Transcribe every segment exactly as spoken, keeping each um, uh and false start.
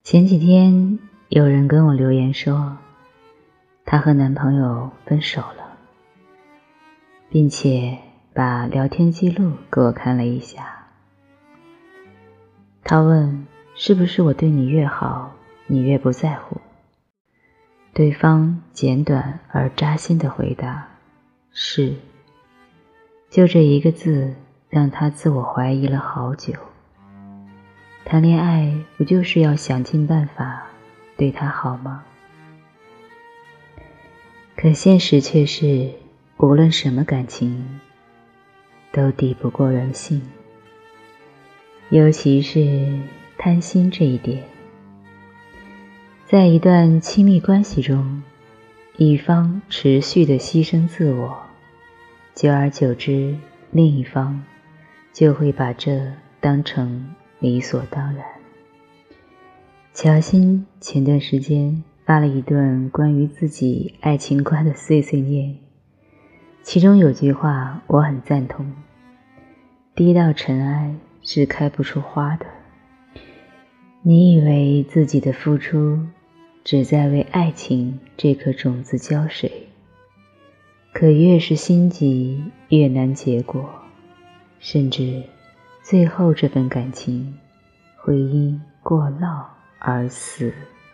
前几天有人跟我留言说，她和男朋友分手了，并且把聊天记录给我看了一下。她问是不是我对你越好，你越不在乎？对方简短而扎心的回答是，就这一个字让她自我怀疑了好久。谈恋爱不就是要想尽办法对他好吗？可现实却是，无论什么感情都抵不过人性，尤其是贪心这一点。在一段亲密关系中，一方持续地牺牲自我，久而久之，另一方就会把这当成理所当然。乔欣前段时间发了一段关于自己爱情观的碎碎念，其中有句话我很赞同：滴到尘埃是开不出花的。你以为自己的付出只在为爱情这颗种子浇水，可越是心急越难结果，甚至最后这份感情会因过劳而死。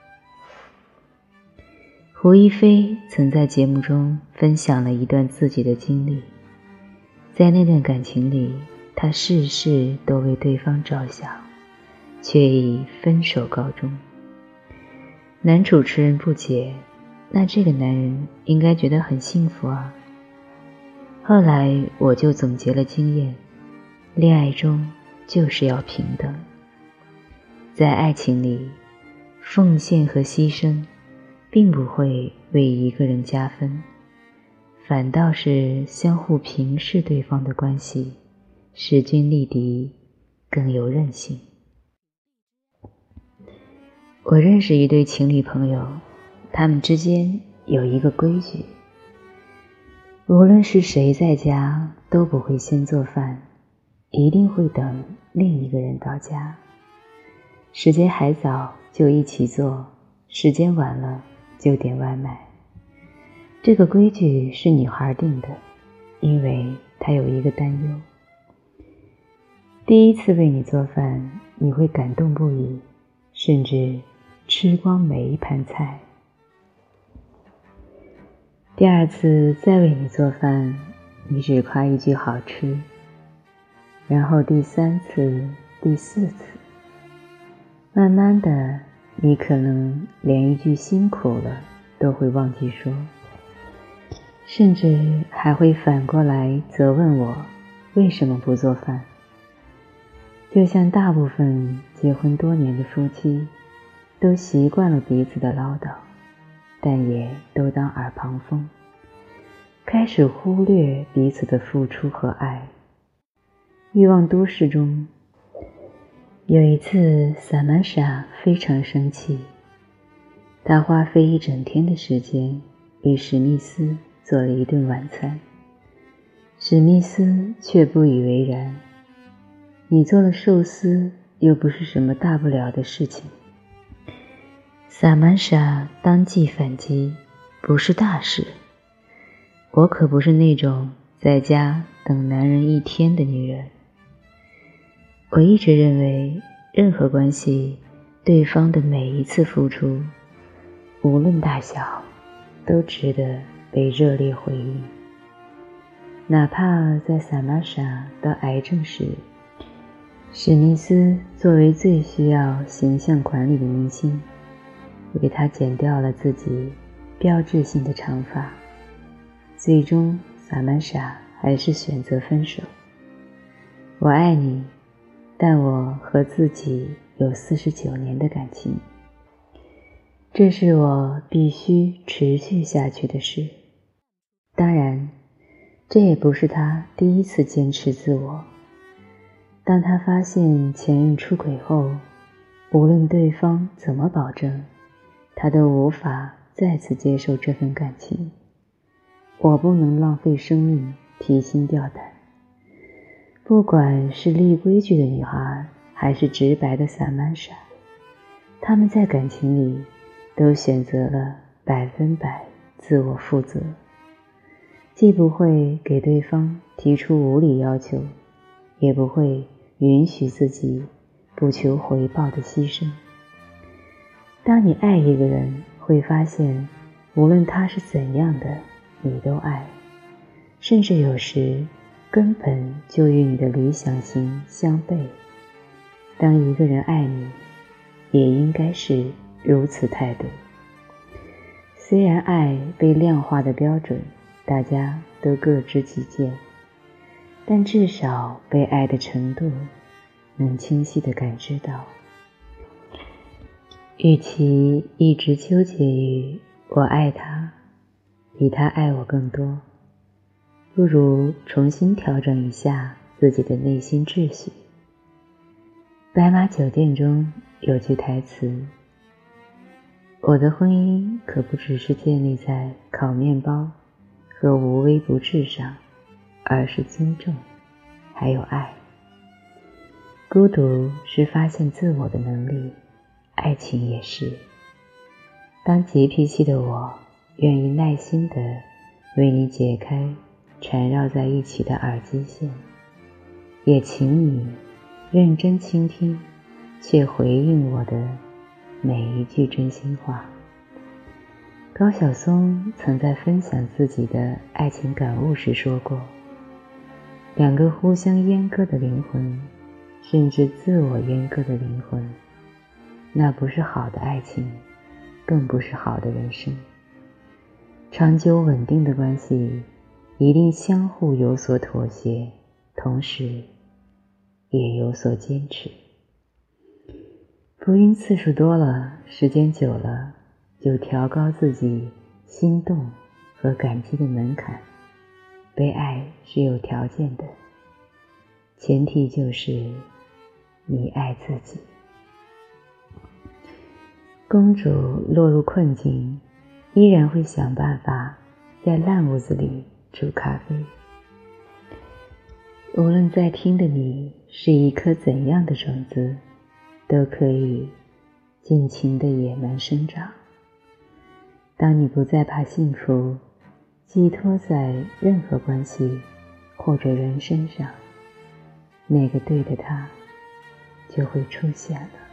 胡一菲曾在节目中分享了一段自己的经历，在那段感情里，她事事都为对方着想，却以分手告终。男主持人不解，那这个男人应该觉得很幸福啊。后来我就总结了经验，恋爱中就是要平等。在爱情里，奉献和牺牲并不会为一个人加分，反倒是相互平视对方的关系，势均力敌，更有韧性。我认识一对情侣朋友，他们之间有一个规矩，无论是谁在家都不会先做饭，一定会等另一个人到家。时间还早就一起做，时间晚了就点外卖。这个规矩是女孩定的，因为她有一个担忧。第一次为你做饭，你会感动不已，甚至吃光每一盘菜。第二次再为你做饭，你只夸一句好吃。然后第三次、第四次，慢慢的，你可能连一句辛苦了都会忘记说，甚至还会反过来责问我为什么不做饭。就像大部分结婚多年的夫妻都习惯了彼此的唠叨，但也都当耳旁风，开始忽略彼此的付出和爱。欲望都市中有一次，萨曼莎非常生气，她花费一整天的时间为史密斯做了一顿晚餐，史密斯却不以为然。你做了寿司又不是什么大不了的事情。萨曼莎当即反击，不是大事，我可不是那种在家等男人一天的女人。我一直认为，任何关系，对方的每一次付出，无论大小，都值得被热烈回忆。哪怕在萨玛莎得癌症时，史密斯作为最需要形象管理的明星，为他剪掉了自己标志性的长发。最终，萨曼莎还是选择分手。我爱你，但我和自己有四十九年的感情，这是我必须持续下去的事。当然，这也不是他第一次坚持自我。当他发现前任出轨后，无论对方怎么保证，他都无法再次接受这份感情。我不能浪费生命提心吊胆。不管是立规矩的女孩，还是直白的萨曼莎， 他们在感情里都选择了百分百自我负责，既不会给对方提出无理要求，也不会允许自己不求回报的牺牲。当你爱一个人，会发现无论他是怎样的，你都爱，甚至有时根本就与你的理想型相悖。当一个人爱你，也应该是如此态度。虽然爱被量化的标准大家都各执己见，但至少被爱的程度能清晰地感知到。与其一直纠结于我爱他比他爱我更多，不如重新调整一下自己的内心秩序。白马酒店中有句台词，我的婚姻可不只是建立在烤面包和无微不至上，而是尊重，还有爱。孤独是发现自我的能力，爱情也是。当急脾气的我愿意耐心地为你解开缠绕在一起的耳机线，也请你认真倾听却回应我的每一句真心话。高晓松曾在分享自己的爱情感悟时说过，两个互相阉割的灵魂，甚至自我阉割的灵魂，那不是好的爱情，更不是好的人生。长久稳定的关系一定相互有所妥协，同时也有所坚持。不孕次数多了，时间久了，就调高自己心动和感激的门槛。被爱是有条件的，前提就是你爱自己。公主落入困境，依然会想办法在烂屋子里煮咖啡。无论在听的你是一颗怎样的种子，都可以尽情的野蛮生长。当你不再把幸福寄托在任何关系或者人身上，那个对的他就会出现了。